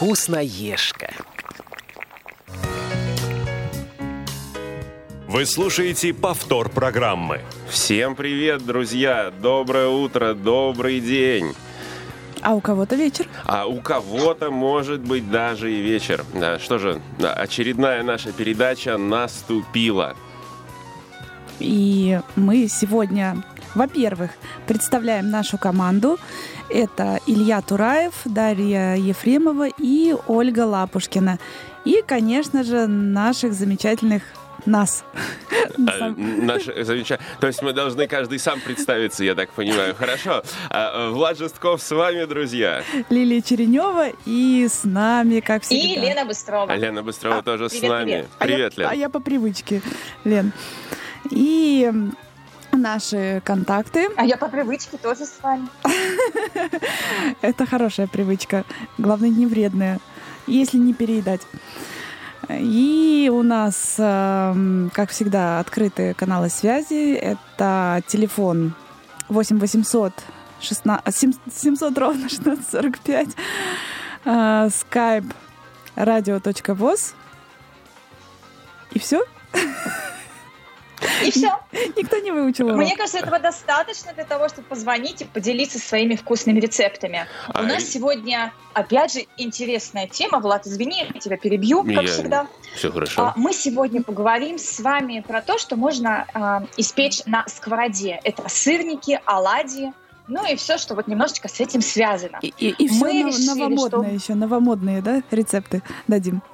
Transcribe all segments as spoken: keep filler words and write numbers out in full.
Вкусноежка. Вы слушаете повтор программы. Всем привет, друзья! Доброе утро, добрый день! А у кого-то вечер. А у кого-то, может быть, даже и вечер. Да, что же, очередная наша передача наступила. И мы сегодня, во-первых, представляем нашу команду. Это Илья Тураев, Дарья Ефремова и Ольга Лапушкина. И, конечно же, наших замечательных нас. А, наши замечательные. То есть мы должны каждый сам представиться, я так понимаю. Хорошо. А, Влад Жестков с вами, друзья. Лилия Черенева и с нами, как всегда. И Лена Быстрова. А Лена Быстрова а, тоже привет, с нами. Привет, привет а Лен. Я, а я по привычке, Лен. И наши контакты. А я по привычке тоже с вами. Это хорошая привычка. Главное, не вредная, если не переедать. И у нас, как всегда, открытые каналы связи. Это телефон восемь восемьсот семьсот ровно шестнадцать сорок пять, скайп радио.воз. И все? И все. Никто не выучил урок. Мне кажется, этого достаточно для того, чтобы позвонить и поделиться своими вкусными рецептами. А У нас и... сегодня, опять же, интересная тема. Влад, извини, я тебя перебью, как я... всегда. Все хорошо. А, мы сегодня поговорим с вами про то, что можно а, испечь на сковороде. Это сырники, оладьи, ну и все, что вот немножечко с этим связано. И, и, и все нов- решили, новомодные что... еще, новомодные, да, рецепты дадим.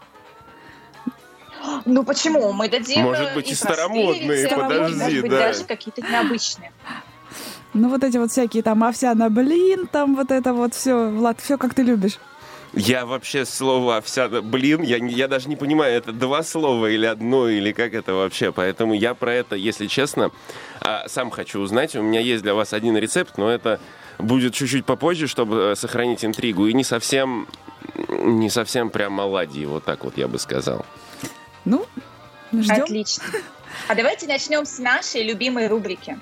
Ну почему? Мы дадим может быть, и, и старомодные, рецепты, подожди, может быть, да. даже какие-то необычные. Ну вот эти вот всякие там овсяна, блин, там вот это вот все, Влад, все как ты любишь. Я вообще слово овсяна, блин, я, я даже не понимаю, это два слова или одно, или как это вообще, поэтому я про это, если честно, сам хочу узнать. У меня есть для вас один рецепт, но это будет чуть-чуть попозже, чтобы сохранить интригу, и не совсем, не совсем прям оладьи, вот так вот я бы сказал. Ну, ждем. Отлично. А давайте начнем с нашей любимой рубрики.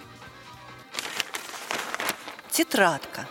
Тетрадка.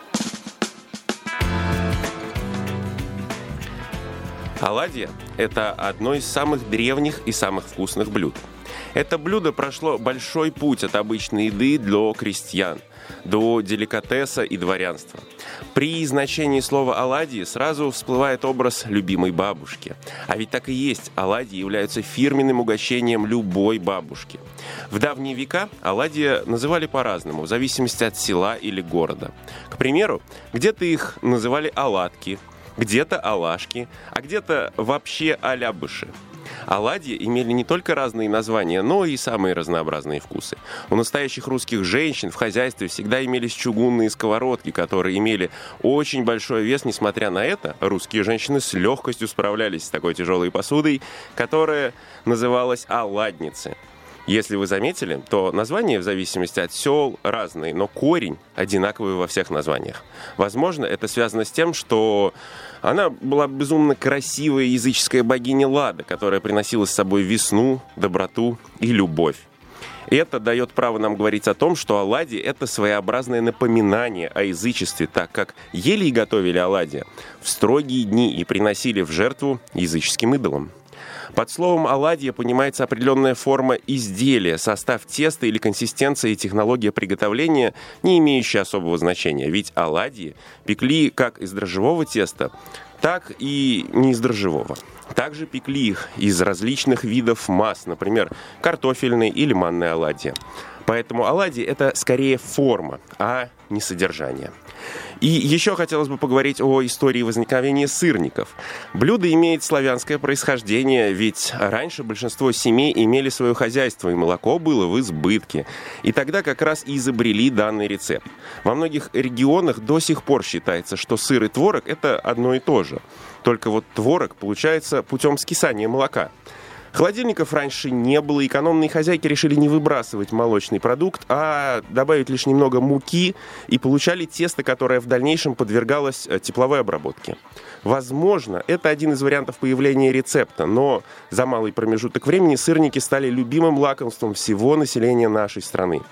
Оладья – это одно из самых древних и самых вкусных блюд. Это блюдо прошло большой путь от обычной еды до крестьян, до деликатеса и дворянства. При значении слова «оладьи» сразу всплывает образ любимой бабушки. А ведь так и есть, оладьи являются фирменным угощением любой бабушки. В давние века оладьи называли по-разному, в зависимости от села или города. К примеру, где-то их называли оладки, где-то оладки, а где-то вообще алябыши. Оладьи имели не только разные названия, но и самые разнообразные вкусы. У настоящих русских женщин в хозяйстве всегда имелись чугунные сковородки, которые имели очень большой вес. Несмотря на это, русские женщины с легкостью справлялись с такой тяжелой посудой, которая называлась оладницы. Если вы заметили, то названия в зависимости от сел разные, но корень одинаковый во всех названиях. Возможно, это связано с тем, что она была безумно красивая языческая богиня Лада, которая приносила с собой весну, доброту и любовь. И это дает право нам говорить о том, что оладьи – это своеобразное напоминание о язычестве, так как ели и готовили оладьи в строгие дни и приносили в жертву языческим идолам. Под словом «оладья» понимается определенная форма изделия, состав теста или консистенция и технология приготовления, не имеющая особого значения. Ведь оладьи пекли как из дрожжевого теста, так и не из дрожжевого. Также пекли их из различных видов масс, например, картофельные или манные оладьи. Поэтому оладьи – это скорее форма, а не содержание. И еще хотелось бы поговорить о истории возникновения сырников. Блюдо имеет славянское происхождение, ведь раньше большинство семей имели свое хозяйство, и молоко было в избытке. И тогда как раз и изобрели данный рецепт. Во многих регионах до сих пор считается, что сыр и творог – это одно и то же. Только вот творог получается путем скисания молока. Холодильников раньше не было, экономные хозяйки решили не выбрасывать молочный продукт, а добавить лишь немного муки и получали тесто, которое в дальнейшем подвергалось тепловой обработке. Возможно, это один из вариантов появления рецепта, но за малый промежуток времени сырники стали любимым лакомством всего населения нашей страны.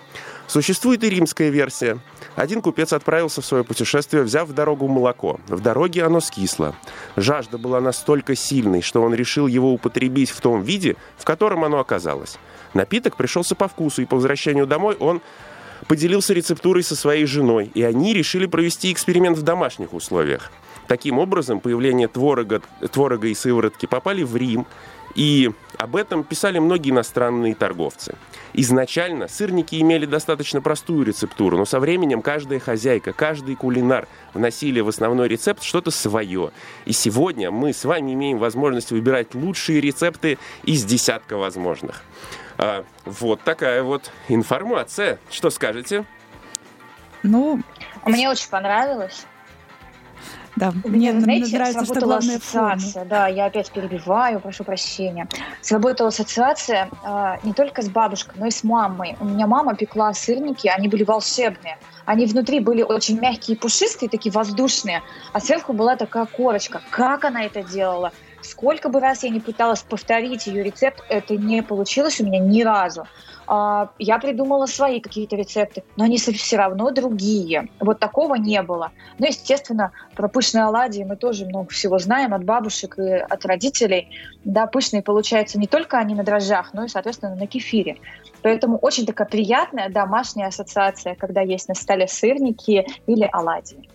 Существует и римская версия. Один купец отправился в свое путешествие, взяв в дорогу молоко. В дороге оно скисло. Жажда была настолько сильной, что он решил его употребить в том виде, в котором оно оказалось. Напиток пришелся по вкусу, и по возвращению домой он поделился рецептурой со своей женой, и они решили провести эксперимент в домашних условиях. Таким образом, появление творога, творога и сыворотки попали в Рим, и об этом писали многие иностранные торговцы. Изначально сырники имели достаточно простую рецептуру, но со временем каждая хозяйка, каждый кулинар вносили в основной рецепт что-то свое. И сегодня мы с вами имеем возможность выбирать лучшие рецепты из десятка возможных. А, вот такая вот информация. Что скажете? Ну, мне очень понравилось. Да, мне, мне знаете, нравится, что главная ассоциация. Да, я опять перебиваю, прошу прощения. Сработала ассоциация э, не только с бабушкой, но и с мамой. У меня мама пекла сырники, они были волшебные. Они внутри были очень мягкие и пушистые, такие воздушные, а сверху была такая корочка. Как она это делала? Сколько бы раз я не пыталась повторить ее рецепт, это не получилось у меня ни разу. Я придумала свои какие-то рецепты, но они все равно другие. Вот такого не было. Ну, естественно, про пышные оладьи мы тоже много всего знаем от бабушек и от родителей. Да, пышные получаются не только они на дрожжах, но и, соответственно, на кефире. Поэтому очень такая приятная домашняя ассоциация, когда есть на столе сырники или оладьи.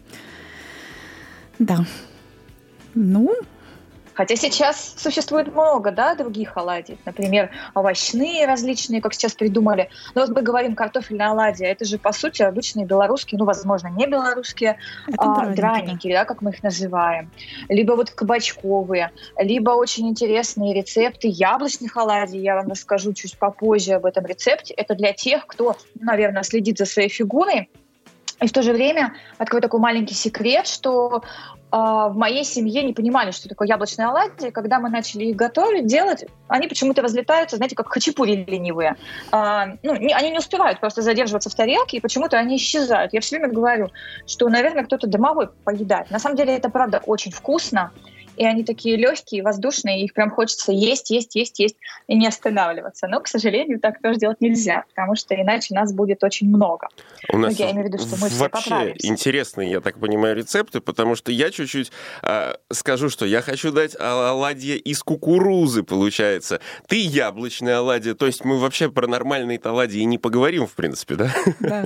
Да. Ну... Хотя сейчас существует много, да, других оладий. Например, овощные различные, как сейчас придумали. Но вот мы говорим картофельные оладьи. Это же, по сути, обычные белорусские, ну, возможно, не белорусские, а, драники, драники, да, как мы их называем. Либо вот кабачковые, либо очень интересные рецепты яблочных оладий. Я вам расскажу чуть попозже об этом рецепте. Это для тех, кто, наверное, следит за своей фигурой. И в то же время открою такой маленький секрет, что э, в моей семье не понимали, что такое яблочные оладьи. Когда мы начали их готовить, делать, они почему-то разлетаются, знаете, как хачапури ленивые. Э, ну, не, они не успевают просто задерживаться в тарелке, и почему-то они исчезают. Я все время говорю, что, наверное, кто-то домовой поедает. На самом деле это, правда, очень вкусно. И они такие легкие, воздушные, их прям хочется есть, есть, есть, есть и не останавливаться. Но, к сожалению, так тоже делать нельзя, потому что иначе нас будет очень много. У нас ну, я имею в виду, что мы все вообще поправимся. интересные, я так понимаю, рецепты, потому что я чуть-чуть э, скажу, что я хочу дать оладьи из кукурузы, получается. Ты яблочные оладьи, то есть мы вообще про нормальные оладьи и не поговорим, в принципе, да? Да.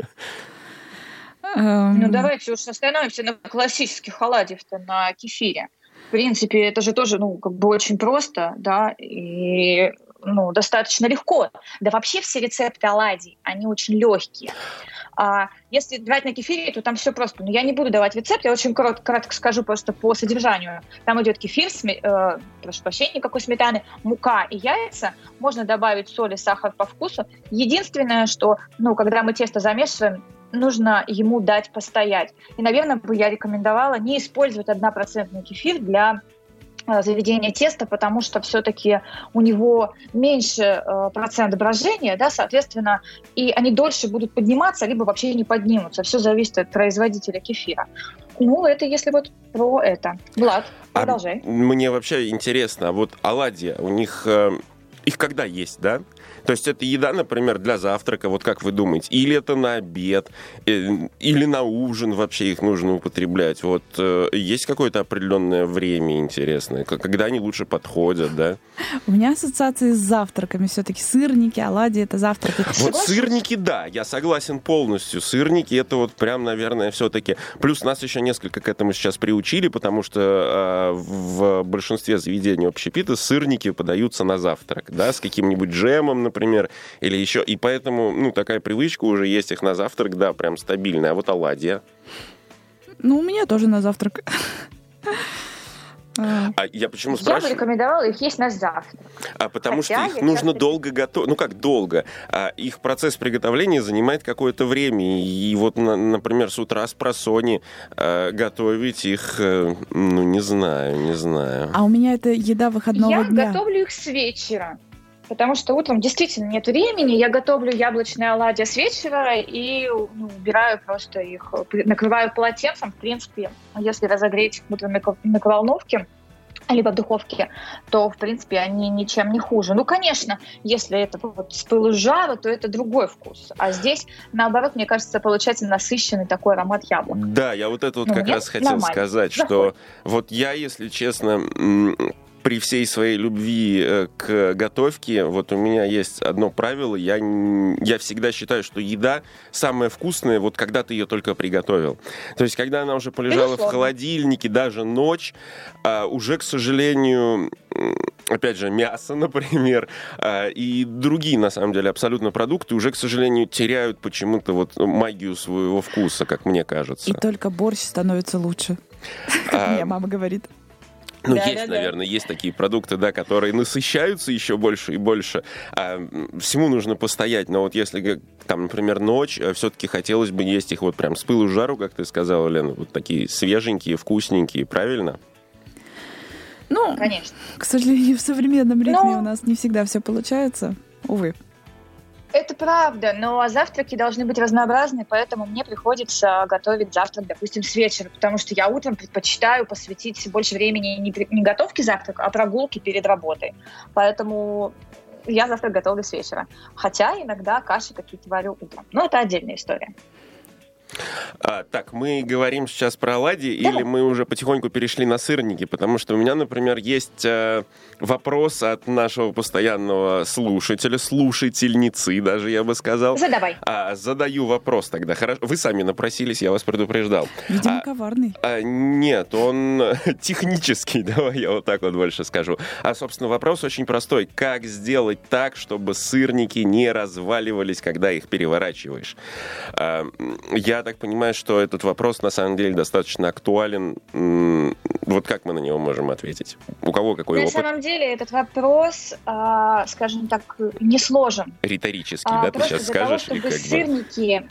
Ну, давайте уж остановимся на классических оладьях-то, на кефире. В принципе, это же тоже, ну, как бы очень просто, да, и, ну, достаточно легко. Да вообще все рецепты оладий, они очень легкие. А если брать на кефире, то там все просто. Но я не буду давать рецепт, я очень коротко, кратко скажу просто по содержанию. Там идет кефир, сме, э, прошу прощения, никакой сметаны, мука и яйца. Можно добавить соль и сахар по вкусу. Единственное, что, ну, когда мы тесто замешиваем, нужно ему дать постоять. И, наверное, бы я рекомендовала не использовать однопроцентный кефир для э, заведения теста, потому что все-таки у него меньше э, процент брожения, да, соответственно, и они дольше будут подниматься, либо вообще не поднимутся. Все зависит от производителя кефира. Ну, это если вот про это. Влад, продолжай. А мне вообще интересно, вот оладьи, у них... Э, их когда есть, да? То есть это еда, например, для завтрака, вот как вы думаете? Или это на обед, или на ужин вообще их нужно употреблять? Вот есть какое-то определенное время интересное, когда они лучше подходят, да? У меня ассоциации с завтраками все-таки. Сырники, оладьи — это завтраки. Вот сырники, да, я согласен полностью. Сырники — это вот прям, наверное, все-таки... Плюс нас еще несколько к этому сейчас приучили, потому что э, в большинстве заведений общепита сырники подаются на завтрак, да, с каким-нибудь джемом, например, или еще. И поэтому, ну, такая привычка уже есть их на завтрак, да, прям стабильная. А вот оладьи? Ну, у меня тоже на завтрак. А я почему спрашиваю? Я бы рекомендовала их есть на завтрак. А потому Хотя что их нужно часто... долго готовить. Ну как долго? А их процесс приготовления занимает какое-то время. И вот, например, с утра с просони э, готовить их, э, ну не знаю, не знаю. А у меня это еда выходного я дня. Я готовлю их с вечера. Потому что утром действительно нет времени. Я готовлю яблочные оладьи с вечера и ну, убираю просто их, накрываю полотенцем. В принципе, если разогреть их в микроволновке, либо в духовке, то, в принципе, они ничем не хуже. Ну, конечно, если это вот с пылу с жару, то это другой вкус. А здесь, наоборот, мне кажется, получается насыщенный такой аромат яблок. Да, я вот это вот ну, как нет, раз хотел нормально. сказать, Заходит. что вот я, если честно, при всей своей любви к готовке, вот у меня есть одно правило, я, я всегда считаю, что еда самая вкусная, вот когда ты ее только приготовил. То есть, когда она уже полежала Безусловно. в холодильнике, даже ночь, а, уже, к сожалению, опять же, мясо, например, а, и другие, на самом деле, абсолютно продукты уже, к сожалению, теряют почему-то вот магию своего вкуса, как мне кажется. И только борщ становится лучше. А, Мне мама говорит. Ну, да, есть, да, наверное, да. есть такие продукты, да, которые насыщаются еще больше и больше. А, всему нужно постоять. Но вот если, там, например, ночь, все-таки хотелось бы есть их вот прям с пылу с жару, как ты сказала, Лена, вот такие свеженькие, вкусненькие, правильно? Ну, Конечно. К сожалению, в современном ритме Но... у нас не всегда все получается. Увы. Это правда, но завтраки должны быть разнообразны, поэтому мне приходится готовить завтрак, допустим, с вечера, потому что я утром предпочитаю посвятить больше времени не, при... не готовке завтрака, а прогулке перед работой. Поэтому я завтрак готовлю с вечера. Хотя иногда каши какие-то варю утром. Но это отдельная история. А, так, мы говорим сейчас про оладьи, Да. или мы уже потихоньку перешли на сырники? Потому что у меня, например, есть э, вопрос от нашего постоянного слушателя, слушательницы даже, я бы сказал. Задавай. А, задаю вопрос тогда. Хорошо. Вы сами напросились, я вас предупреждал. Видимо, А, коварный. а, нет, он технический, давай я вот так вот больше скажу. А, собственно, вопрос очень простой. Как сделать так, чтобы сырники не разваливались, когда их переворачиваешь? А, я так понимаю, что этот вопрос на самом деле достаточно актуален. Вот как мы на него можем ответить? У кого какой На опыт? самом деле этот вопрос, а, скажем так, не сложен. Риторический, А, да, ты просто сейчас для того, скажешь? И чтобы как бы... сырники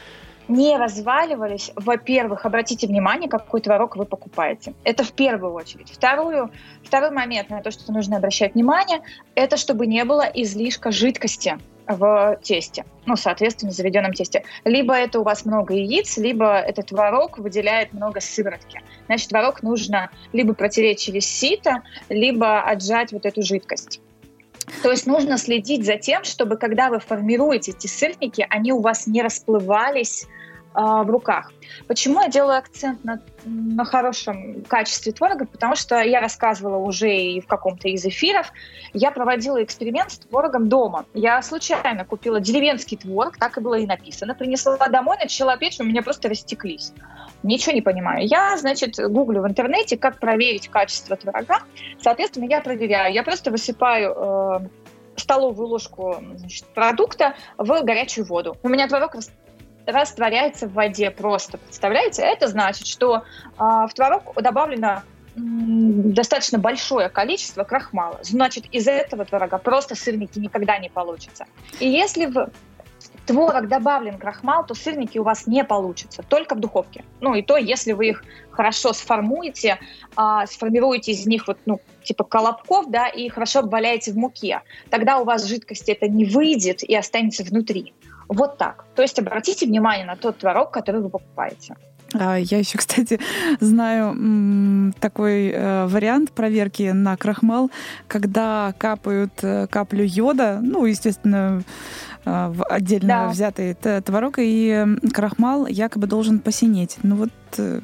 не разваливались, во-первых, обратите внимание, какой творог вы покупаете. Это в первую очередь. Вторую, второй момент на то, что нужно обращать внимание, это чтобы не было излишка жидкости в тесте, ну, соответственно, в заведенном тесте. Либо это у вас много яиц, либо этот творог выделяет много сыворотки. Значит, творог нужно либо протереть через сито, либо отжать вот эту жидкость. То есть нужно следить за тем, чтобы когда вы формируете эти сырники, они у вас не расплывались э, в руках. Почему я делаю акцент на, на хорошем качестве творога? Потому что я рассказывала уже и в каком-то из эфиров, я проводила эксперимент с творогом дома. Я случайно купила деревенский творог, так и было и написано. Принесла домой, начала печь, у меня просто растеклись. Ничего не понимаю. Я, значит, гуглю в интернете, как проверить качество творога. Соответственно, я проверяю. Я просто высыпаю э, столовую ложку, значит, продукта в горячую воду. У меня творог растворяется в воде просто. Представляете? Это значит, что э, в творог добавлено м, достаточно большое количество крахмала. Значит, из этого творога просто сырники никогда не получится. И если в творог добавлен крахмал, то сырники у вас не получатся, только в духовке. Ну и то, если вы их хорошо сформуете, а, сформируете из них вот, ну, типа колобков, да, и хорошо обваляете в муке, тогда у вас жидкость это не выйдет и останется внутри. Вот так. То есть обратите внимание на тот творог, который вы покупаете. Я еще, кстати, знаю м, такой э, вариант проверки на крахмал, когда капают э, каплю йода, ну, естественно, э, в отдельно Да. взятый т- творог, и э, крахмал якобы должен посинеть. Ну вот э,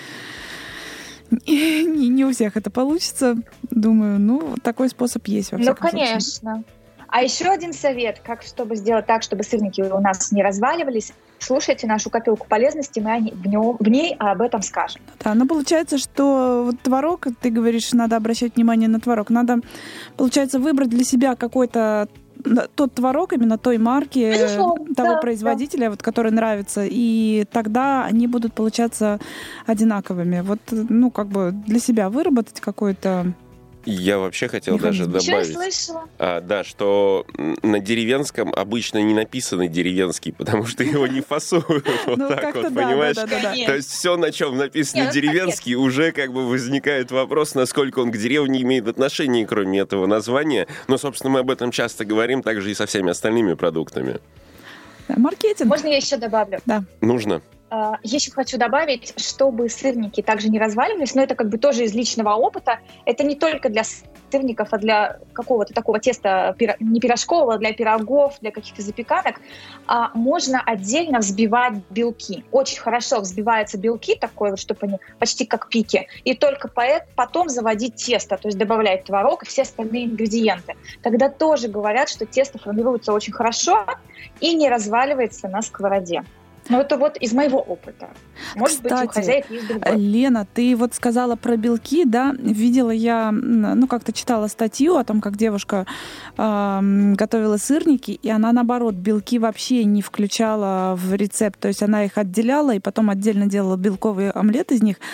не, не у всех это получится. Думаю, ну, такой способ есть во Ну, всяком случае. конечно. А еще один совет, как чтобы сделать так, чтобы сырники у нас не разваливались. Слушайте нашу копилку полезности, мы о ней- в, нем, в ней об этом скажем. Да, но получается, что вот творог, ты говоришь, надо обращать внимание на творог. Надо, получается, выбрать для себя какой-то тот творог именно той марки, Безусловно, того да, производителя, вот, который нравится, и тогда они будут получаться одинаковыми. Вот, ну, как бы для себя выработать какой-то... Я вообще хотел даже Механизм. Еще я добавить, слышала. а, да, что на деревенском обычно не написано деревенский, потому что его не фасуют вот Ну, так как-то вот, да, понимаешь? да, да, да. Нет. То есть все, на чем написано Нет, ну, деревенский, уже как бы возникает вопрос, насколько он к деревне имеет отношение, кроме этого названия. Но, собственно, мы об этом часто говорим, также и со всеми остальными продуктами. Да, маркетинг. Можно я еще добавлю? Да. Нужно. Еще хочу добавить, чтобы сырники также не разваливались, но это как бы тоже из личного опыта. Это не только для сырников, а для какого-то такого теста, не пирожкового, для пирогов, для каких-то запеканок. А можно отдельно взбивать белки. Очень хорошо взбиваются белки, такое вот, чтобы они почти как пики. И только потом заводить тесто, то есть добавлять творог и все остальные ингредиенты. Тогда тоже говорят, что тесто формируется очень хорошо и не разваливается на сковороде. Ну, это вот из моего опыта. Может Кстати, быть, у хозяев есть другой. Лена, ты вот сказала про белки, да? Видела я, ну, как-то читала статью о том, как девушка э, готовила сырники, и она, наоборот, белки вообще не включала в рецепт. То есть она их отделяла и потом отдельно делала белковый омлет из них,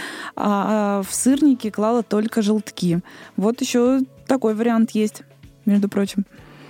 а в сырники клала только желтки. Вот еще такой вариант есть, между прочим.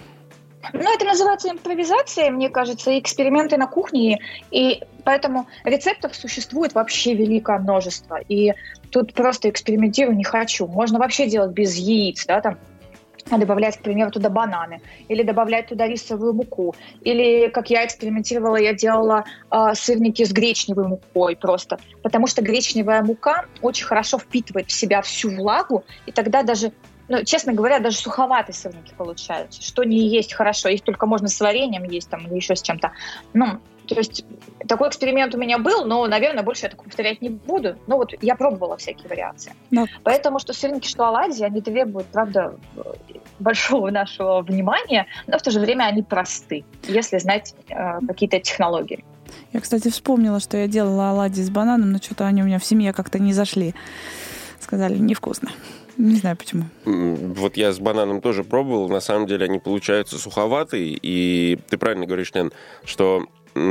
Ну, это называется импровизацией, мне кажется, эксперименты на кухне, и поэтому рецептов существует вообще великое множество, и тут просто экспериментирую не хочу. Можно вообще делать без яиц, да, там, добавлять, к примеру, туда бананы, или добавлять туда рисовую муку, или, как я экспериментировала, я делала э, сырники с гречневой мукой просто, потому что гречневая мука очень хорошо впитывает в себя всю влагу, и тогда даже, ну, честно говоря, даже суховатые сырники получаются, что не есть хорошо, их только можно с вареньем есть там, или еще с чем-то. Ну, то есть такой эксперимент у меня был, но, наверное, больше я такое повторять не буду. Ну вот я пробовала всякие вариации. Да. Поэтому что сырники, что оладьи, они требуют, правда, большого нашего внимания, но в то же время они просты, если знать э, какие-то технологии. Я, кстати, вспомнила, что я делала оладьи с бананом, но что-то они у меня в семье как-то не зашли. Сказали, невкусно. Не знаю почему. Вот я с бананом тоже пробовал. На самом деле они получаются суховатые. И ты правильно говоришь, Лен, что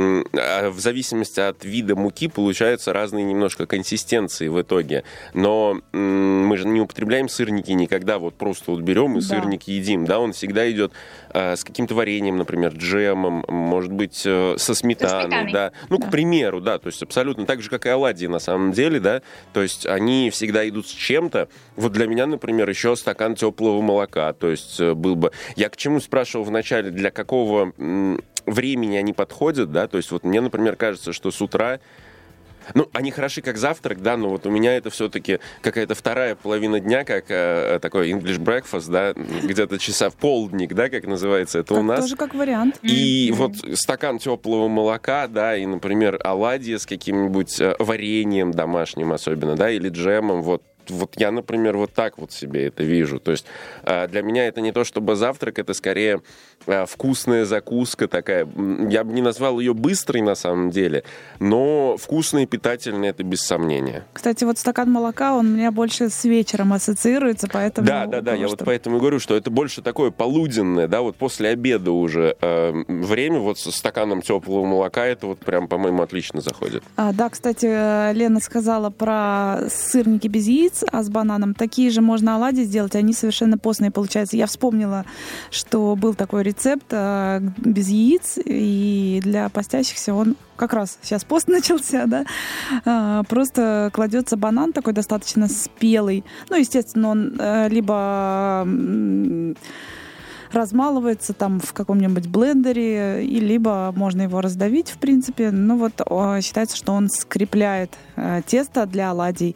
в зависимости от вида муки получаются разные немножко консистенции в итоге. Но мы же не употребляем сырники никогда, вот просто вот берем и да. сырники едим. Да, он всегда идет э, с каким-то вареньем, например, джемом, может быть, э, со сметаной. Да. Ну, да. к примеру, да, то есть абсолютно так же, как и оладьи на самом деле, да, то есть они всегда идут с чем-то. Вот для меня, например, еще стакан теплого молока, то есть был бы... Я к чему спрашивал вначале, для какого... времени они подходят, да, то есть вот мне, например, кажется, что с утра, ну, они хороши как завтрак, да, но вот у меня это все-таки какая-то вторая половина дня, как э, такой English breakfast, да, где-то часа в полдник, да, как называется это как, у нас. Тоже как вариант. И mm-hmm. вот стакан теплого молока, да, и, например, оладьи с каким-нибудь вареньем домашним особенно, да, или джемом, вот. Вот я, например, вот так вот себе это вижу. То есть для меня это не то чтобы завтрак, это скорее вкусная закуска такая. Я бы не назвал ее быстрой на самом деле, но вкусная и питательная это без сомнения. Кстати, вот стакан молока, он у меня больше с вечером ассоциируется, поэтому... Да, да, да, я что... вот поэтому и говорю, что это больше такое полуденное, да, вот после обеда уже э, время вот со стаканом теплого молока, это вот прям, по-моему, отлично заходит. А, да, кстати, Лена сказала про сырники без яиц, а с бананом такие же можно оладьи сделать, они совершенно постные получаются. Я вспомнила, что был такой рецепт а, без яиц, и для постящихся он как раз сейчас пост начался, да, а, просто кладется банан такой достаточно спелый. Ну, естественно, он а, либо м- размалывается там в каком-нибудь блендере, и либо можно его раздавить, в принципе. Ну, вот а, считается, что он скрепляет а, тесто для оладий.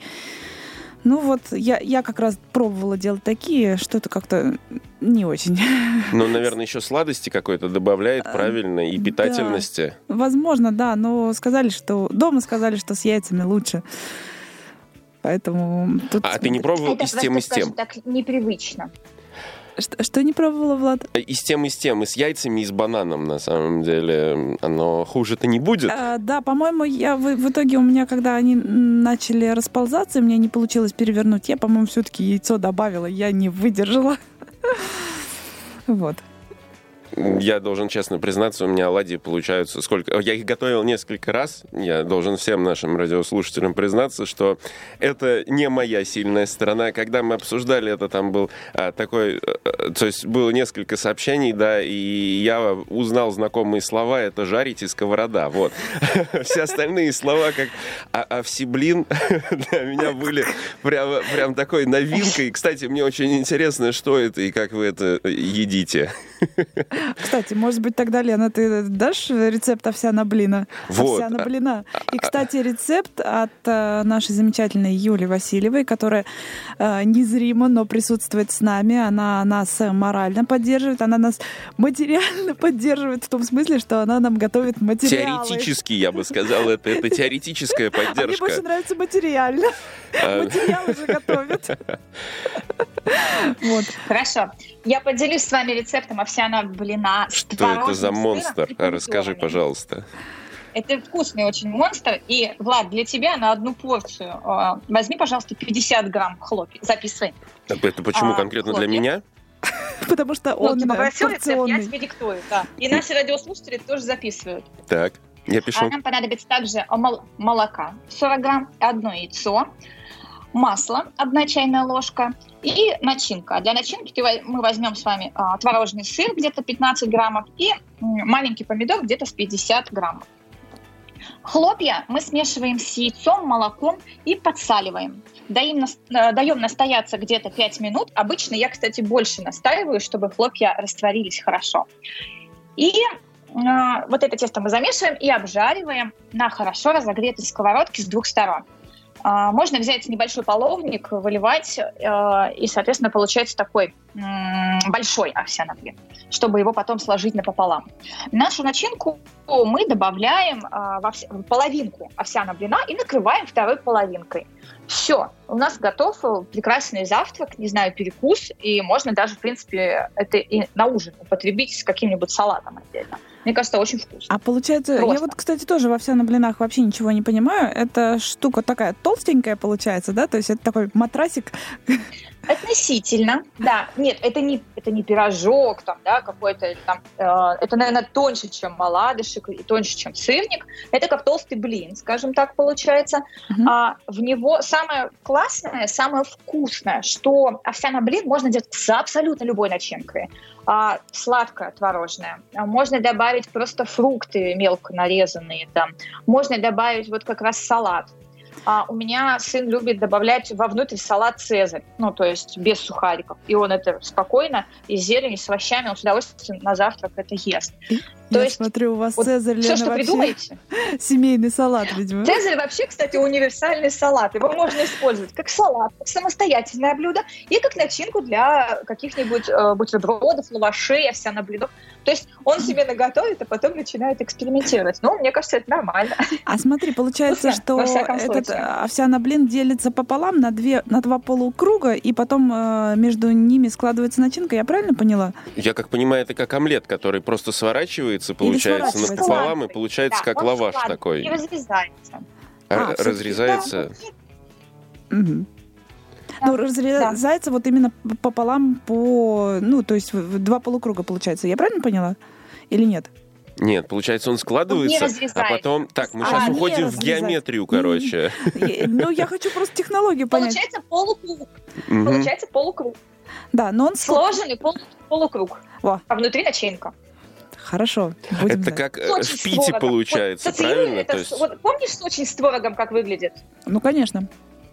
Ну вот, я, я как раз пробовала делать такие, что-то как-то не очень. Ну, наверное, еще сладости какой-то добавляет, правильно, и питательности. Да, возможно, да, но сказали, что... Дома сказали, что с яйцами лучше. Поэтому... Тут... А ты не пробовал и с тем, и с тем? Это так непривычно. Что, что не пробовала, Влад? И с тем, и с тем, и с яйцами, и с бананом, на самом деле. Оно хуже-то не будет? А, да, по-моему, я в, в итоге у меня, когда они начали расползаться, и мне не получилось перевернуть, я, по-моему, все-таки яйцо добавила, я не выдержала. Вот. Я должен честно признаться, у меня оладьи получаются сколько... Я их готовил несколько раз. Я должен всем нашим радиослушателям признаться, что это не моя сильная сторона. Когда мы обсуждали это, там был а, такой... А, то есть было несколько сообщений, да, и я узнал знакомые слова. Это «жарить» и «сковорода». Вот. Все остальные слова, как «овсеблин», для меня были прям такой новинкой. Кстати, мне очень интересно, что это и как вы это едите. Кстати, может быть, тогда, Лена, ты дашь рецепт овсяна блина? Вот. Овсяна блина. И, кстати, рецепт от э, нашей замечательной Юли Васильевой, которая э, незримо, но присутствует с нами. Она нас морально поддерживает, она нас материально поддерживает в том смысле, что она нам готовит материалы. Теоретически, я бы сказал, это, это теоретическая поддержка. А мне больше нравится материально. Материалы же готовят. Вот. Хорошо. Я поделюсь с вами рецептом овсяного блина. Что это за монстр? Расскажи, пожалуйста. Это вкусный очень монстр. И, Влад, для тебя на одну порцию э, возьми, пожалуйста, пятьдесят грамм хлопья. Записывай. Это почему а, конкретно хлопья. для меня? Потому что он ну, попросил рецепт, я порционный. тебе диктую. Да. И наши радиослушатели тоже записывают. Так, я пишу. А нам понадобится также мол- молока сорок грамм, одно яйцо, масло, одна чайная ложка и начинка. Для начинки мы возьмем с вами а, творожный сыр где-то пятнадцать граммов и м, маленький помидор где-то с пятьдесят граммов. Хлопья мы смешиваем с яйцом, молоком и подсаливаем. Даем, даем настояться где-то пять минут. Обычно я, кстати, больше настаиваю, чтобы хлопья растворились хорошо. И э, вот это тесто мы замешиваем и обжариваем на хорошо разогретой сковородке с двух сторон. Э, можно взять небольшой половник, выливать, э, и, соответственно, получается такой э, большой овсяный блин, чтобы его потом сложить напополам. Нашу начинку мы добавляем э, во вс... в половинку овсяного блина и накрываем второй половинкой. Все, у нас готов прекрасный завтрак, не знаю, перекус, и можно даже, в принципе, это и на ужин употребить с каким-нибудь салатом отдельно. Мне кажется, очень вкусно. А получается, Просто. Я вот, кстати, тоже во овсяных блинах вообще ничего не понимаю. Эта штука такая толстенькая получается, да? То есть это такой матрасик. Относительно, да. Нет, это не, это не пирожок там, да, какой-то там. Э, это, наверное, тоньше, чем оладушек и тоньше, чем сырник. Это как толстый блин, скажем так, получается. Uh-huh. А в него самое классное, самое вкусное, что овсяный блин можно делать с абсолютно любой начинкой. А, сладкое творожное. А можно добавить просто фрукты мелко нарезанные там. Можно добавить вот как раз салат. А у меня сын любит добавлять вовнутрь салат «Цезарь», ну, то есть без сухариков. И он это спокойно, и с зеленью, с овощами, он с удовольствием на завтрак это ест. Я то есть, смотрю, у вас вот «Цезарь», все, Лена, что вообще придумаете. Семейный салат, видимо. «Цезарь» вообще, кстати, универсальный салат. Его можно использовать как салат, как самостоятельное блюдо и как начинку для каких-нибудь э, бутербродов, лавашей, овсяных блюдов. То есть он себе наготовит, а потом начинает экспериментировать. Ну, мне кажется, это нормально. А смотри, получается, Вкусно, что этот овсяный блин делится пополам на, две, на два полукруга, и потом э, между ними складывается начинка. Я правильно поняла? Я как понимаю, это как омлет, который просто сворачивается, получается, напополам, и получается да, как лаваш такой. И разрезается. А, а, разрезается. Да. Угу. Ну, разрезается да. вот именно пополам по... Ну, то есть два полукруга получается. Я правильно поняла? Или нет? Нет, получается, он складывается, а потом... Так, мы сейчас а, уходим в геометрию, короче. Ну, я хочу просто технологию понять. Получается полукруг. Получается полукруг. Да, но он... Сложенный полукруг. А внутри начинка. Хорошо. Это знать. Как Сочи в Пите получается, вот, правильно? Это, То есть... вот, помнишь Сочи с творогом, как выглядит? Ну, конечно.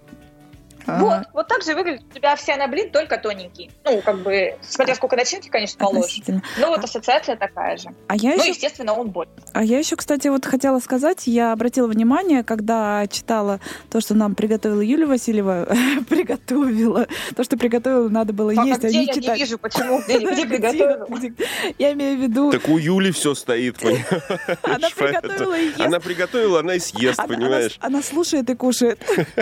Вот, а... вот так же выглядит у тебя овсяный блин, только тоненький. Ну, как бы, смотря сколько начинки, конечно, положишь. Но вот ассоциация такая же. А я ну, еще... естественно, он больше. А я еще, кстати, вот хотела сказать, я обратила внимание, когда читала то, что нам приготовила Юлия Васильева, приготовила. То, что приготовила, надо было а есть, а не я читать. Я не вижу, почему, где, где приготовила. Я имею в виду... Так у Юли все стоит, понимаешь? Она приготовила и ест. Она приготовила, она и съест, понимаешь? Она слушает и кушает.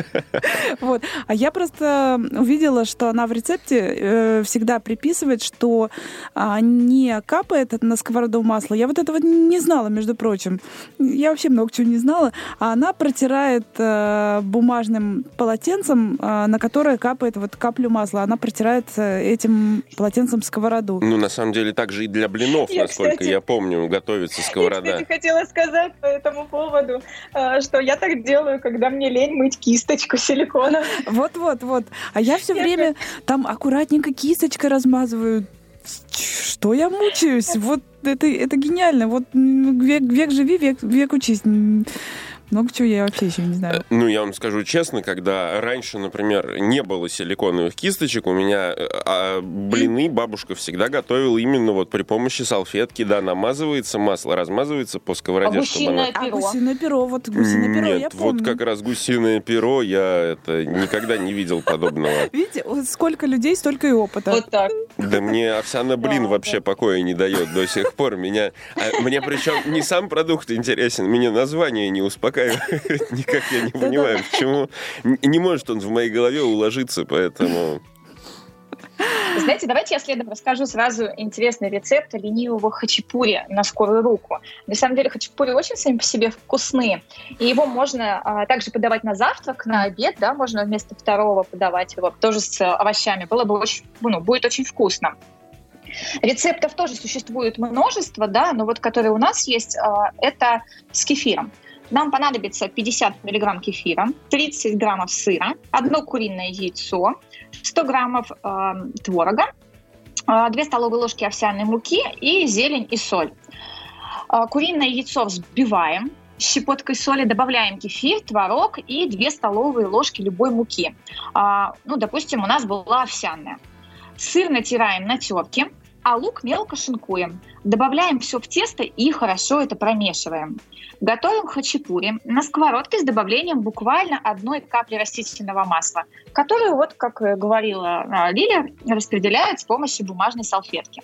Вот. А я просто увидела, что она в рецепте э, всегда приписывает, что а, не капает на сковороду масло. Я вот этого не знала, между прочим. Я вообще много чего не знала. А она протирает э, бумажным полотенцем, э, на которое капает вот каплю масла. Она протирает э, этим полотенцем сковороду. Ну, на самом деле, так же и для блинов, я, насколько кстати, я помню, готовится сковорода. Я, кстати, хотела сказать по этому поводу, э, что я так делаю, когда мне лень мыть кисточку силикона. Вот-вот. Вот. А я все время там аккуратненько кисточкой размазываю. Что я мучаюсь? Вот это, это гениально. Вот век, век живи, век, век учись. Много чего я вообще еще не знаю. Ну, я вам скажу честно, когда раньше, например, не было силиконовых кисточек, у меня а, блины бабушка всегда готовила именно вот при помощи салфетки, да, намазывается масло, размазывается по сковороде, а чтобы она... перо? А гусиное перо, вот гусиное перо, Нет, я помню. вот как раз гусиное перо, я это никогда не видел подобного. Видите, вот сколько людей, столько и опыта. Вот так. Да мне овсяный блин Да, вообще да. покоя не дает до сих пор. Меня, а, мне причем не сам продукт интересен, мне название не успокаивает. Никак я не понимаю, почему. Не может он в моей голове уложиться, поэтому... Знаете, давайте я следом расскажу сразу интересный рецепт ленивого хачапури на скорую руку. На самом деле хачапури очень сами по себе вкусные. И его можно а, также подавать на завтрак, на обед, да, можно вместо второго подавать его тоже с овощами. Было бы очень, ну, будет очень вкусно. Рецептов тоже существует множество, да, но вот которые у нас есть, а, это с кефиром. Нам понадобится пятьдесят миллиграмм кефира, тридцать граммов сыра, одно куриное яйцо, сто граммов э, творога, э, две столовые ложки овсяной муки и зелень и соль. Э, куриное яйцо взбиваем, щепоткой соли добавляем кефир, творог и две столовые ложки любой муки. Э, ну, допустим, у нас была овсяная. Сыр натираем на терке, а лук мелко шинкуем. Добавляем все в тесто и хорошо это промешиваем. Готовим хачапури на сковородке с добавлением буквально одной капли растительного масла, которую, вот, как говорила Лиля, распределяют с помощью бумажной салфетки.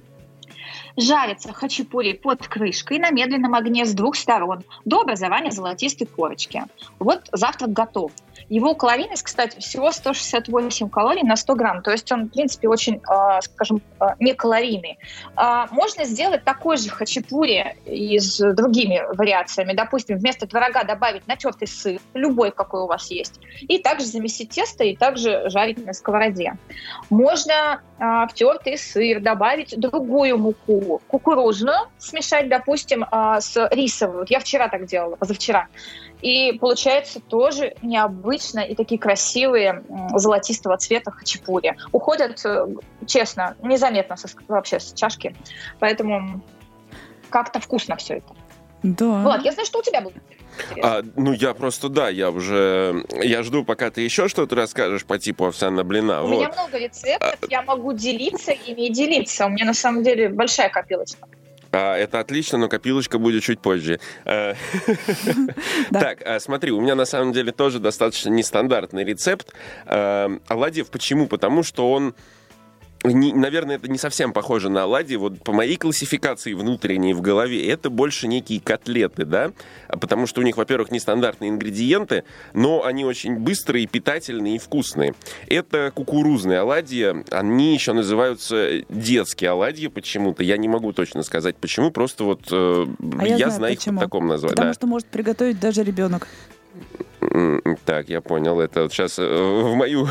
Жарится хачапури под крышкой на медленном огне с двух сторон до образования золотистой корочки. Вот завтрак готов. Его калорийность, кстати, всего сто шестьдесят восемь калорий на сто грамм. То есть он, в принципе, очень, э, скажем, э, некалорийный. Э, можно сделать такой же хачапури и с другими вариациями. Допустим, вместо творога добавить натертый сыр, любой, какой у вас есть, и также замесить тесто и также жарить на сковороде. Можно э, в тертый сыр добавить другую муку, кукурузную, смешать, допустим, э, с рисовой. Вот я вчера так делала, позавчера. И получается тоже необычно и такие красивые золотистого цвета хачапури. Уходят, честно, незаметно со, вообще с чашки. Поэтому как-то вкусно все это. Да. Влад, я знаю, что у тебя будет. А, ну, я просто, да, я уже... Я жду, пока ты еще что-то расскажешь по типу овсяного блина. У вот. меня много рецептов, а... я могу делиться ими и делиться. У меня, на самом деле, большая копилочка. А, это отлично, но копилочка будет чуть позже. Так, смотри, у меня на самом деле тоже достаточно нестандартный рецепт оладьев. Почему? Потому что он... Не, наверное, это не совсем похоже на оладьи. Вот по моей классификации внутренней в голове это больше некие котлеты, да? Потому что у них, во-первых, нестандартные ингредиенты, но они очень быстрые, питательные и вкусные. Это кукурузные оладьи. Они еще называются детские оладьи почему-то. Я не могу точно сказать, почему. Просто вот э, а я, я знаю, знаю почему. их по такому названию. Потому да. что может приготовить даже ребенок. Так, я понял. Это вот сейчас в мою...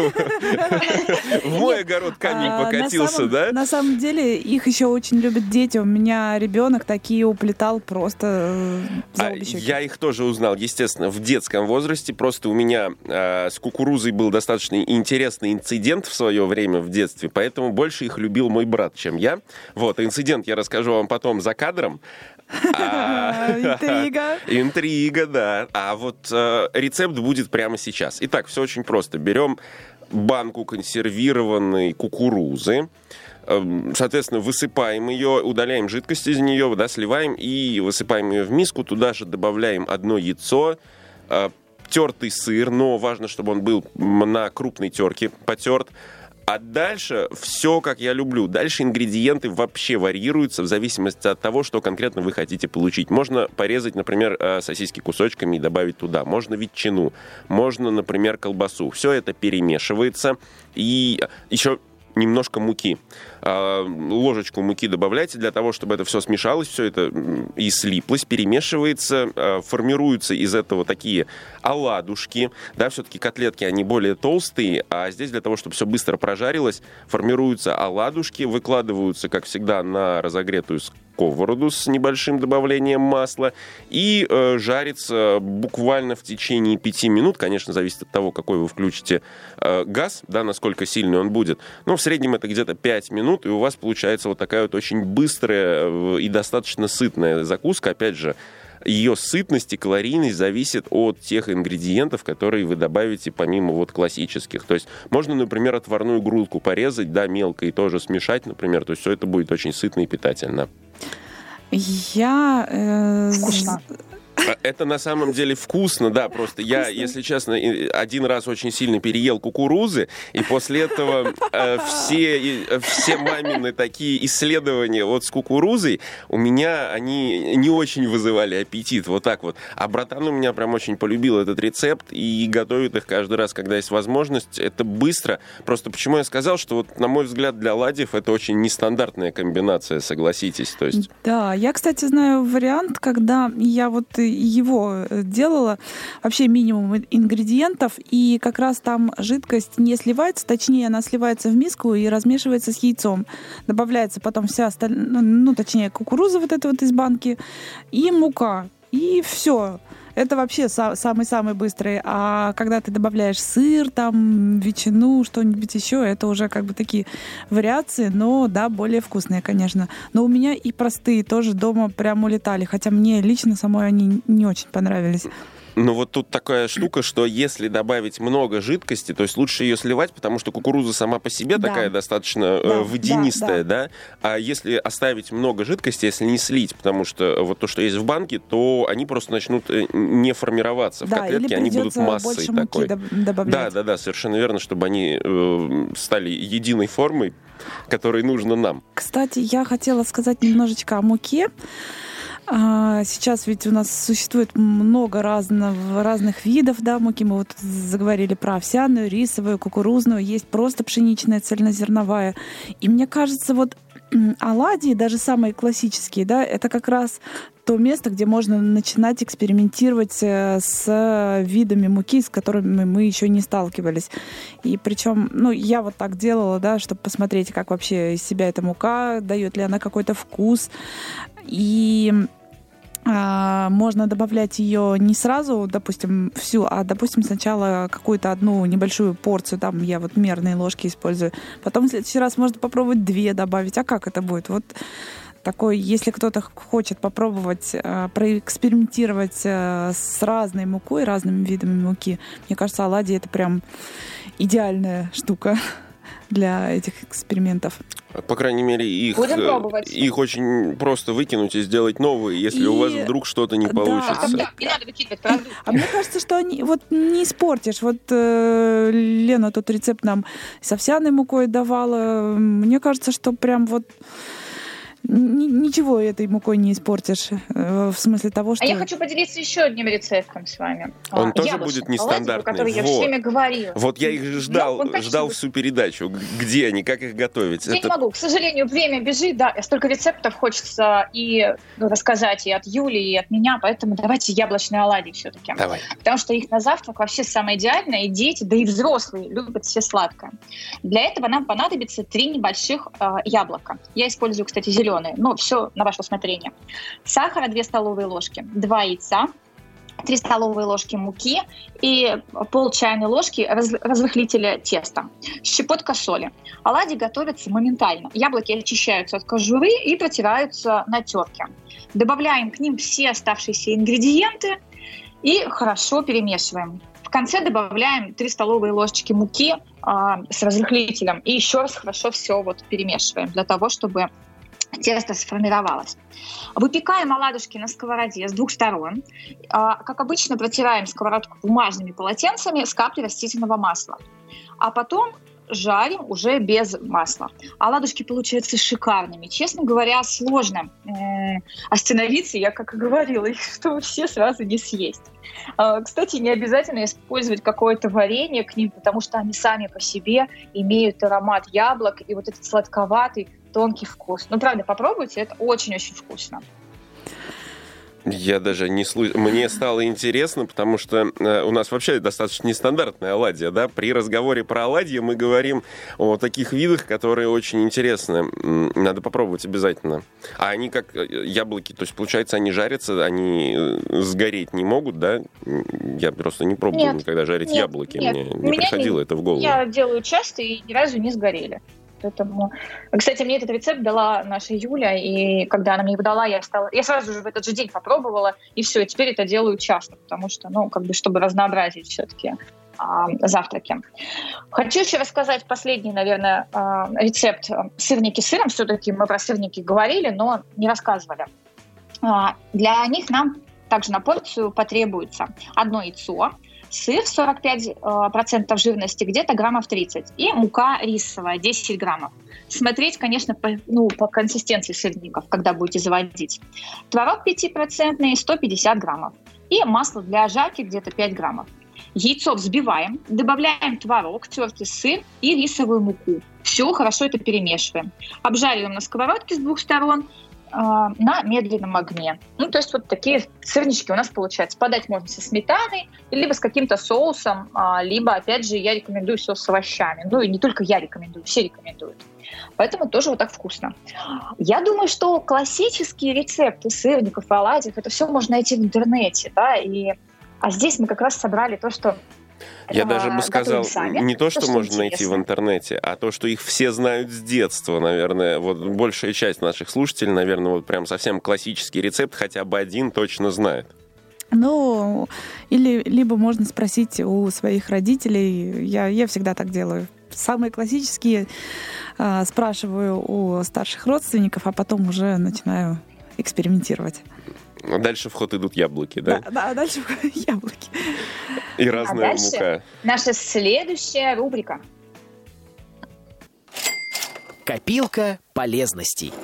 В мой огород камень покатился, да? На самом деле их еще очень любят дети. У меня ребенок такие уплетал просто за обе щеки. Я их тоже узнал, естественно, в детском возрасте. Просто у меня с кукурузой был достаточно интересный инцидент в свое время в детстве, поэтому больше их любил мой брат, чем я. Вот, инцидент я расскажу вам потом за кадром. Интрига. Интрига, да. А вот э, рецепт будет прямо сейчас. Итак, все очень просто. Берем банку консервированной кукурузы. Э, соответственно, высыпаем ее, удаляем жидкость из нее, да, сливаем и высыпаем ее в миску. Туда же добавляем одно яйцо, э, тертый сыр, но важно, чтобы он был на крупной терке потерт. А дальше все, как я люблю. Дальше ингредиенты вообще варьируются в зависимости от того, что конкретно вы хотите получить. Можно порезать, например, сосиски кусочками и добавить туда. Можно ветчину. Можно, например, колбасу. Все это перемешивается. И еще немножко муки. Ложечку муки добавляйте для того, чтобы это все смешалось, все это и слиплось, перемешивается, формируются из этого такие оладушки. Да, все-таки котлетки, они более толстые, а здесь для того, чтобы все быстро прожарилось, формируются оладушки, выкладываются, как всегда, на разогретую сковороду с небольшим добавлением масла и э, жарится буквально в течение пяти минут. Конечно, зависит от того, какой вы включите э, газ, да, насколько сильный он будет. Но в среднем это где-то пять минут, и у вас получается вот такая вот очень быстрая и достаточно сытная закуска. Опять же, ее сытность и калорийность зависит от тех ингредиентов, которые вы добавите помимо вот классических. То есть можно, например, отварную грудку порезать, да, мелко и тоже смешать, например. То есть все это будет очень сытно и питательно. Я... Э, Вкусно. Это на самом деле вкусно, да, просто вкусно. Я, если честно, один раз очень сильно переел кукурузы, и после этого э, все, все мамины такие исследования вот с кукурузой, у меня они не очень вызывали аппетит, вот так вот. А братан у меня прям очень полюбил этот рецепт и готовит их каждый раз, когда есть возможность. Это быстро. Просто почему я сказал, что вот, на мой взгляд, для оладьев это очень нестандартная комбинация, согласитесь. То есть... Да, я, кстати, знаю вариант, когда я вот его делала, вообще минимум ингредиентов, и как раз там жидкость не сливается, точнее, она сливается в миску и размешивается с яйцом. Добавляется потом вся остальная, ну, точнее, кукуруза вот эта вот из банки и мука. И все. Это вообще самый-самый быстрый. А когда ты добавляешь сыр, там, ветчину, что-нибудь еще, это уже как бы такие вариации, но, да, более вкусные, конечно. Но у меня и простые тоже дома прям улетали, хотя мне лично самой они не очень понравились. Ну вот тут такая штука, что если добавить много жидкости, то есть лучше ее сливать, потому что кукуруза сама по себе да. такая достаточно да, водянистая, да, да. да. А если оставить много жидкости, если не слить, потому что вот то, что есть в банке, то они просто начнут не формироваться в да, котлетке, они будут массой такой. Добавлять. Да, да, да, совершенно верно, чтобы они э, стали единой формой, которой нужно нам. Кстати, я хотела сказать немножечко о муке. Сейчас ведь у нас существует много разного, разных видов да, муки. Мы вот заговорили про овсяную, рисовую, кукурузную. Есть просто пшеничная, цельнозерновая. И мне кажется, вот оладьи, даже самые классические, да, это как раз то место, где можно начинать экспериментировать с видами муки, с которыми мы еще не сталкивались. И причем, ну, я вот так делала, да, чтобы посмотреть, как вообще из себя эта мука, дает ли она какой-то вкус. И а, можно добавлять ее не сразу, допустим, всю, а, допустим, сначала какую-то одну небольшую порцию, там я вот мерные ложки использую. Потом в следующий раз можно попробовать две добавить. А как это будет? Вот такой, если кто-то хочет попробовать э, проэкспериментировать э, с разной мукой, разными видами муки, мне кажется, оладьи — это прям идеальная штука для этих экспериментов. По крайней мере, их, их очень просто выкинуть и сделать новые, если и... у вас вдруг что-то не да. получится. Да, не надо выкидывать продукты. А мне кажется, что они вот не испортишь. Вот э, Лена тут рецепт нам с овсяной мукой давала. Мне кажется, что прям вот ничего этой мукой не испортишь. В смысле того, что... А я хочу поделиться еще одним рецептом с вами. Он а, тоже будет нестандартный. О котором я вот. все время говорила. Вот я их ждал, Но, ждал всю передачу. Где они, как их готовить? Я Это... не могу. К сожалению, время бежит. Да, столько рецептов хочется и рассказать и от Юли, и от меня. Поэтому давайте яблочные оладьи все-таки. Давай. Потому что их на завтрак вообще самое идеальное. И дети, да и взрослые любят все сладкое. Для этого нам понадобится три небольших э, яблока. Я использую, кстати, зеленые. Но все на ваше усмотрение. Сахара две столовые ложки, два яйца, три столовые ложки муки и пол чайной ложки раз, разрыхлителя теста, щепотка соли. Оладьи готовятся моментально. Яблоки очищаются от кожуры и протираются на терке. Добавляем к ним все оставшиеся ингредиенты и хорошо перемешиваем. В конце добавляем три столовые ложечки муки а, с разрыхлителем и еще раз хорошо все вот перемешиваем для того, чтобы тесто сформировалось. Выпекаем оладушки на сковороде с двух сторон. Как обычно, протираем сковородку бумажными полотенцами с каплей растительного масла. А потом жарим уже без масла. Оладушки получаются шикарными. Честно говоря, сложно э, остановиться. Я, как и говорила, их что все сразу не съесть. Э, кстати, не обязательно использовать какое-то варенье к ним, потому что они сами по себе имеют аромат яблок и вот этот сладковатый, тонкий вкус. Ну, правда, попробуйте, это очень-очень вкусно. Я даже не слышал. Мне стало интересно, потому что э, у нас вообще достаточно нестандартная оладья, да? При разговоре про оладьи мы говорим о таких видах, которые очень интересны. Надо попробовать обязательно. А они как яблоки, то есть, получается, они жарятся, они сгореть не могут, да? Я просто не пробовал нет, никогда жарить нет, яблоки. Нет, Мне не приходило не, это в голову. Я делаю часто и ни разу не сгорели. Поэтому... Кстати, мне этот рецепт дала наша Юля, и когда она мне его дала, я стала... Я сразу же в этот же день попробовала, и все, и теперь это делаю часто, потому что, ну, как бы, чтобы разнообразить все-таки а, завтраки. Хочу еще рассказать последний, наверное, а, рецепт сырники с сыром. Все-таки мы про сырники говорили, но не рассказывали. А, для них нам также на порцию потребуется одно яйцо, сыр сорок пять процентов жирности, где-то граммов тридцать, и мука рисовая десять граммов. Смотреть, конечно, по, ну, по консистенции сырников, когда будете заводить. Творог пять процентов, сто пятьдесят граммов. И масло для жарки где-то пять граммов. Яйцо взбиваем, добавляем творог, тертый сыр и рисовую муку. Все хорошо это перемешиваем. Обжариваем на сковородке с двух сторон на медленном огне. Ну, то есть вот такие сырнички у нас получаются. Подать можно со сметаной, либо с каким-то соусом, либо, опять же, я рекомендую соус с овощами. Ну, и не только я рекомендую, все рекомендуют. Поэтому тоже вот так вкусно. Я думаю, что классические рецепты сырников и оладьев, это все можно найти в интернете, да, и... А здесь мы как раз собрали то, что... Я даже бы сказал, сами. не то, что, то, что можно интересно. найти в интернете, а то, что их все знают с детства, наверное. Вот большая часть наших слушателей, наверное, вот прям совсем классический рецепт хотя бы один точно знает. Ну, или либо можно спросить у своих родителей. Я, я всегда так делаю. Самые классические э, спрашиваю у старших родственников, а потом уже начинаю экспериментировать. А дальше в ход идут яблоки, да? Да, да, дальше в ход яблоки. И разная а дальше мука. Наша следующая рубрика. Копилка полезностей.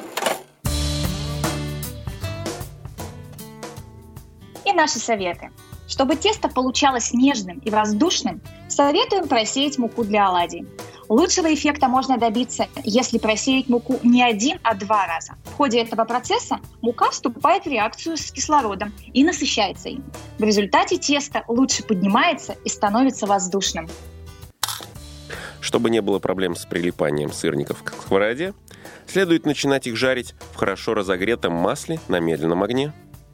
И наши советы. Чтобы тесто получалось нежным и воздушным, советуем просеять муку для оладий. Лучшего эффекта можно добиться, если просеять муку не один, а два раза. В ходе этого процесса мука вступает в реакцию с кислородом и насыщается им. В результате тесто лучше поднимается и становится воздушным. Чтобы не было проблем с прилипанием сырников к сковороде, следует начинать их жарить в хорошо разогретом масле на медленном огне.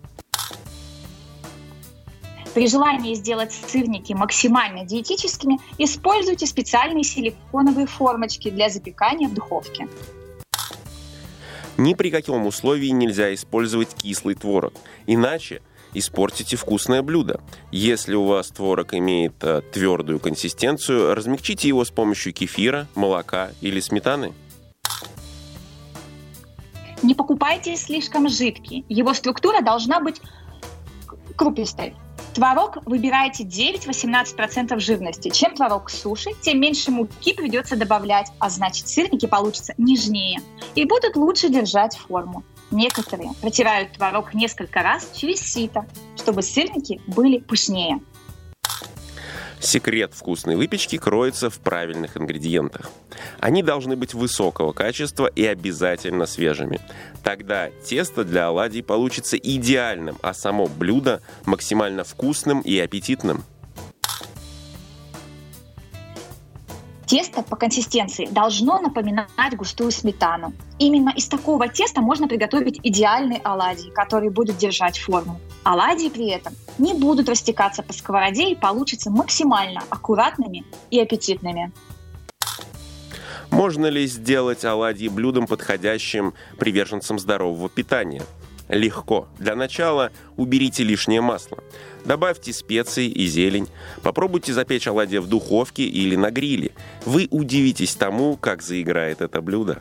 При желании сделать сырники максимально диетическими, используйте специальные силиконовые формочки для запекания в духовке. Ни при каком условии нельзя использовать кислый творог, иначе испортите вкусное блюдо. Если у вас творог имеет э, твердую консистенцию, размягчите его с помощью кефира, молока или сметаны. Не покупайте слишком жидкий, его структура должна быть крупистой. Творог выбирайте девять-восемнадцать процентов жирности. Чем творог суше, тем меньше муки придется добавлять, а значит сырники получатся нежнее и будут лучше держать форму. Некоторые протирают творог несколько раз через сито, чтобы сырники были пышнее. Секрет вкусной выпечки кроется в правильных ингредиентах. Они должны быть высокого качества и обязательно свежими. Тогда тесто для оладий получится идеальным, а само блюдо максимально вкусным и аппетитным. Тесто по консистенции должно напоминать густую сметану. Именно из такого теста можно приготовить идеальные оладьи, которые будут держать форму. Оладьи при этом не будут растекаться по сковороде и получатся максимально аккуратными и аппетитными. Можно ли сделать оладьи блюдом, подходящим приверженцам здорового питания? Легко. Для начала уберите лишнее масло. Добавьте специи и зелень. Попробуйте запечь оладьи в духовке или на гриле. Вы удивитесь тому, как заиграет это блюдо.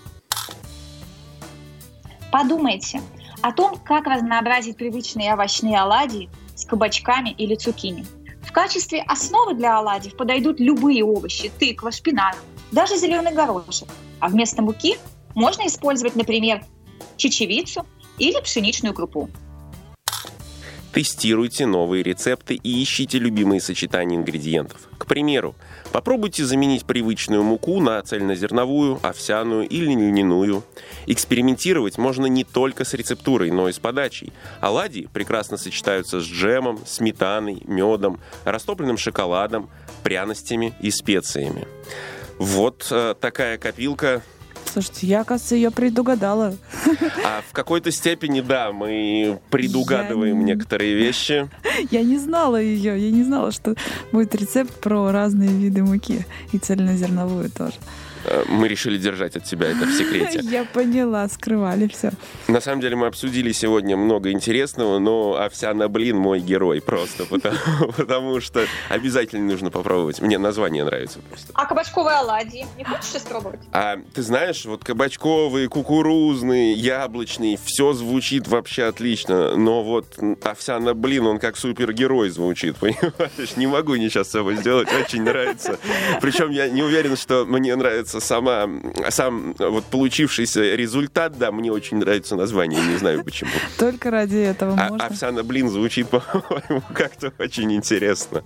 Подумайте о том, как разнообразить привычные овощные оладьи с кабачками или цукини. В качестве основы для оладьев подойдут любые овощи – тыква, шпинат, даже зеленый горошек. А вместо муки можно использовать, например, чечевицу или пшеничную крупу. Тестируйте новые рецепты и ищите любимые сочетания ингредиентов. К примеру, попробуйте заменить привычную муку на цельнозерновую, овсяную или льняную. Экспериментировать можно не только с рецептурой, но и с подачей. Оладьи прекрасно сочетаются с джемом, сметаной, медом, растопленным шоколадом, пряностями и специями. Вот э, такая копилка. Слушайте, я, кажется, ее предугадала. А в какой-то степени, да, мы предугадываем я... некоторые вещи. Я не знала ее, я не знала, что будет рецепт про разные виды муки и цельнозерновую тоже. Мы решили держать от тебя это в секрете. Я поняла, скрывали все. На самом деле мы обсудили сегодня много интересного, но овсяна блин мой герой просто, потому, потому что обязательно нужно попробовать. Мне название нравится просто. А кабачковые оладьи? Не хочешь испробовать? А ты знаешь, вот кабачковые, кукурузные, яблочные, все звучит вообще отлично, но вот овсяна блин, он как супергерой звучит, понимаешь? Не могу ничего с собой сделать, очень нравится. Причем я не уверен, что мне нравится сама, сам вот получившийся результат, да, мне очень нравится название, не знаю почему. Только ради этого а, можно. Овсяна блин звучит, по-моему, как-то очень интересно.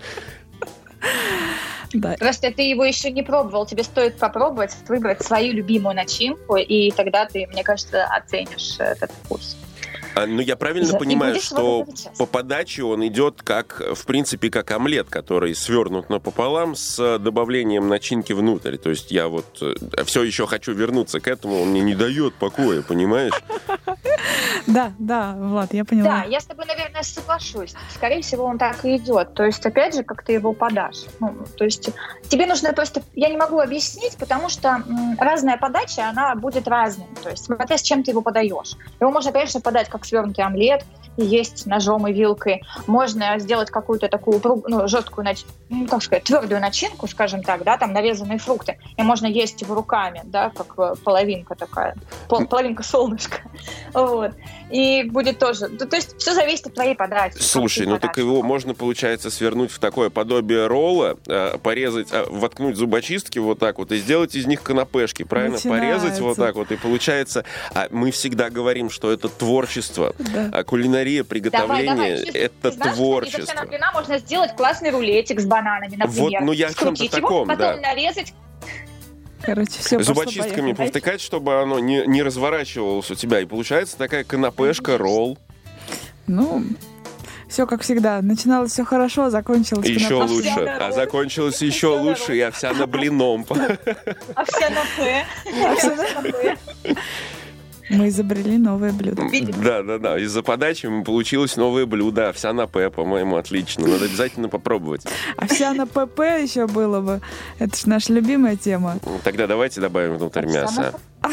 Да. Просто ты его еще не пробовал, тебе стоит попробовать, выбрать свою любимую начинку, и тогда ты, мне кажется, оценишь этот вкус. А, ну, я правильно И понимаю, будешь что вот по подаче он идет как, в принципе, как омлет, который свернут напополам с добавлением начинки внутрь. То есть я вот все еще хочу вернуться к этому, он мне не дает покоя, понимаешь? Да, да, Влад, я поняла. Да, я с тобой, наверное, соглашусь. Скорее всего, он так и идет. То есть, опять же, как ты его подашь. Ну, то есть, тебе нужно просто... Я не могу объяснить, потому что м, разная подача, она будет разной. То есть, смотря с чем ты его подаешь. Его можно, конечно, подать как свернутый омлет, и есть ножом и вилкой. Можно сделать какую-то такую ну, жесткую, ну, как сказать, твердую начинку, скажем так, да, там нарезанные фрукты. И можно есть его руками, да, как половинка такая, пол, половинка солнышка. Вот. И будет тоже... То есть все зависит от твоей подачи. Слушай, ну так его можно, получается, свернуть в такое подобие ролла, порезать, воткнуть зубочистки вот так вот и сделать из них канапешки, правильно? Начинается. Порезать вот так вот, и получается... А мы всегда говорим, что это творчество, да. а кулинария, приготовление давай, давай. — это знаешь, творчество. Из овсяного блина можно сделать классный рулетик с бананами, например. Вот, ну я о чем-то Скрутить таком, его, потом да. нарезать. Короче, все, Зубочистками повтыкать, чтобы оно не, не разворачивалось у тебя. И получается такая канапешка, ролл. Ну, все как всегда. Начиналось все хорошо, закончилось... Еще канапе. лучше. Овсяна А ролл. закончилось еще лучше, и овсяна блином. Овсяное пэ. Овсяное пэ. Мы изобрели новое блюдо. Да, да, да. Из-за подачи получилось новое блюдо. Овсяна пэ, по-моему, отлично. Надо обязательно попробовать. Овсяна ПП еще было бы. Это же наша любимая тема. Тогда давайте добавим внутрь мяса.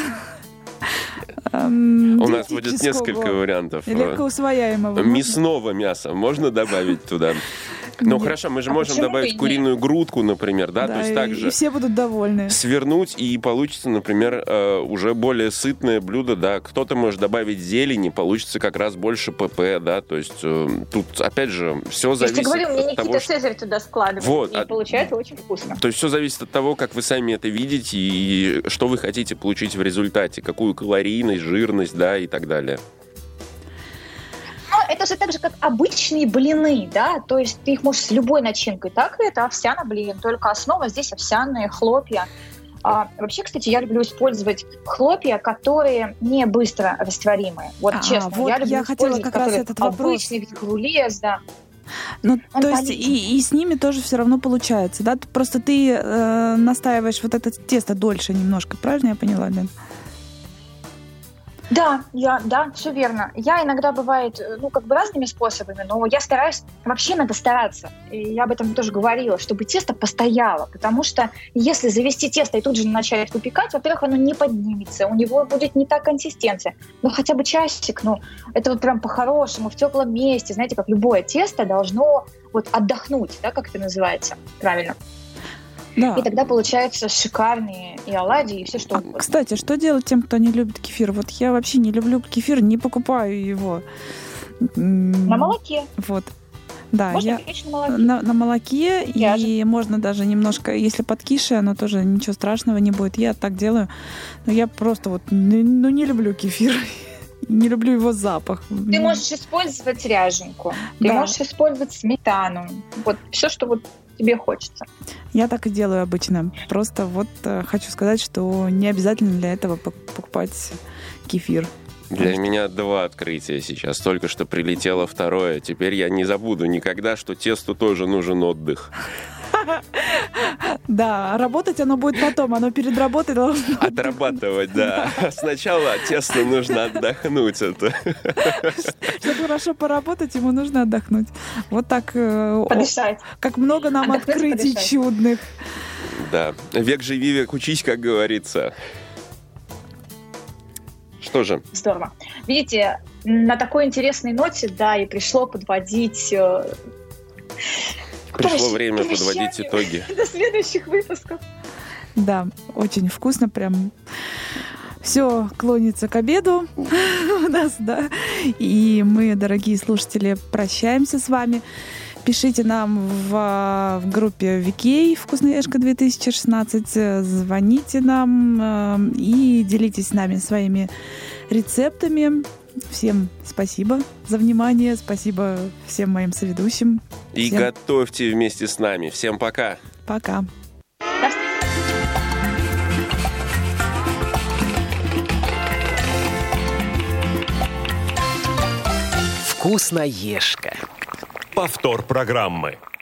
Эм, У нас будет диетического несколько вариантов. Легкоусвояемого. Мясного мяса можно добавить туда? Ну Нет. хорошо, мы же А можем почему бы добавить и нет? куриную грудку, например, да, Да, то есть и- также и все будут довольны. свернуть, и получится, например, э, уже более сытное блюдо, да. Кто-то может добавить зелени, получится как раз больше ПП, да, то есть э, тут, опять же, все Я же зависит говорю, мне от Никита того, что... Цезарь туда складывает, Вот, и а- получается очень вкусно. То есть все зависит от того, как вы сами это видите и что вы хотите получить в результате, какую калорийность, жирность, да, и так далее. Но это же так же, как обычные блины, да, то есть ты их можешь с любой начинкой, так и это овсяный блин, только основа здесь овсяные хлопья. А, вообще, кстати, я люблю использовать хлопья, которые не быстро растворимые. Вот А, честно, вот я люблю я хотела использовать как раз которые этот вопрос. обычные, где рулез, да. Ну, Он то есть полезен. и, и с ними тоже все равно получается, да? Ты- Просто ты э, настаиваешь вот это тесто дольше немножко, правильно я поняла, Лен? Да, я, да, все верно. Я иногда бывает, э, ну, как бы разными способами, но я стараюсь, вообще надо стараться. И я об этом тоже говорила, чтобы тесто постояло, потому что если завести тесто и тут же начать выпекать, во-первых, оно не поднимется, у него будет не та консистенция. Но хотя бы часик, ну, это вот прям по-хорошему, в теплом месте, знаете, как любое тесто должно вот отдохнуть, да, как это называется, правильно. Да. И тогда получаются шикарные и оладьи, и все что А, угодно. кстати, что делать тем, кто не любит кефир? Вот я вообще не люблю кефир, не покупаю его. М, На молоке. Вот. Да, Можно я печь на молоке. на, на молоке, Я и можно даже немножко, если подкисшее, но тоже ничего страшного не будет. Я так делаю. Но я просто вот не- ну, не люблю кефир. Не люблю его запах. Ты можешь использовать ряженку, ты Да. можешь использовать сметану. Вот все, что вот тебе хочется. Я так и делаю обычно. Просто вот э, хочу сказать, что не обязательно для этого пок- покупать кефир. Для меня два открытия сейчас. Только что прилетело второе. Теперь я не забуду никогда, что тесту тоже нужен отдых. Да, работать оно будет потом, оно перед работой должно... Отрабатывать, да. Сначала тесту нужно отдохнуть. Это. Чтобы хорошо поработать, ему нужно отдохнуть. Вот так, э, о- Подышать. как много нам Отдохнуть и открытий подышать. чудных. Да. Век живи, век учись, как говорится. Что же? Здорово. Видите, на такой интересной ноте, да, и пришло подводить... Э, пришло время подводить итоги. До следующих выпусков. Да, очень вкусно, прям все клонится к обеду у нас, да. И мы, дорогие слушатели, прощаемся с вами. Пишите нам в, в группе Викей «Вкусноежка две тысячи шестнадцать», звоните нам э, и делитесь с нами своими рецептами. Всем спасибо за внимание, спасибо всем моим соведущим. И всем... готовьте вместе с нами. Всем пока. Пока. Вкусноежка. Повтор программы.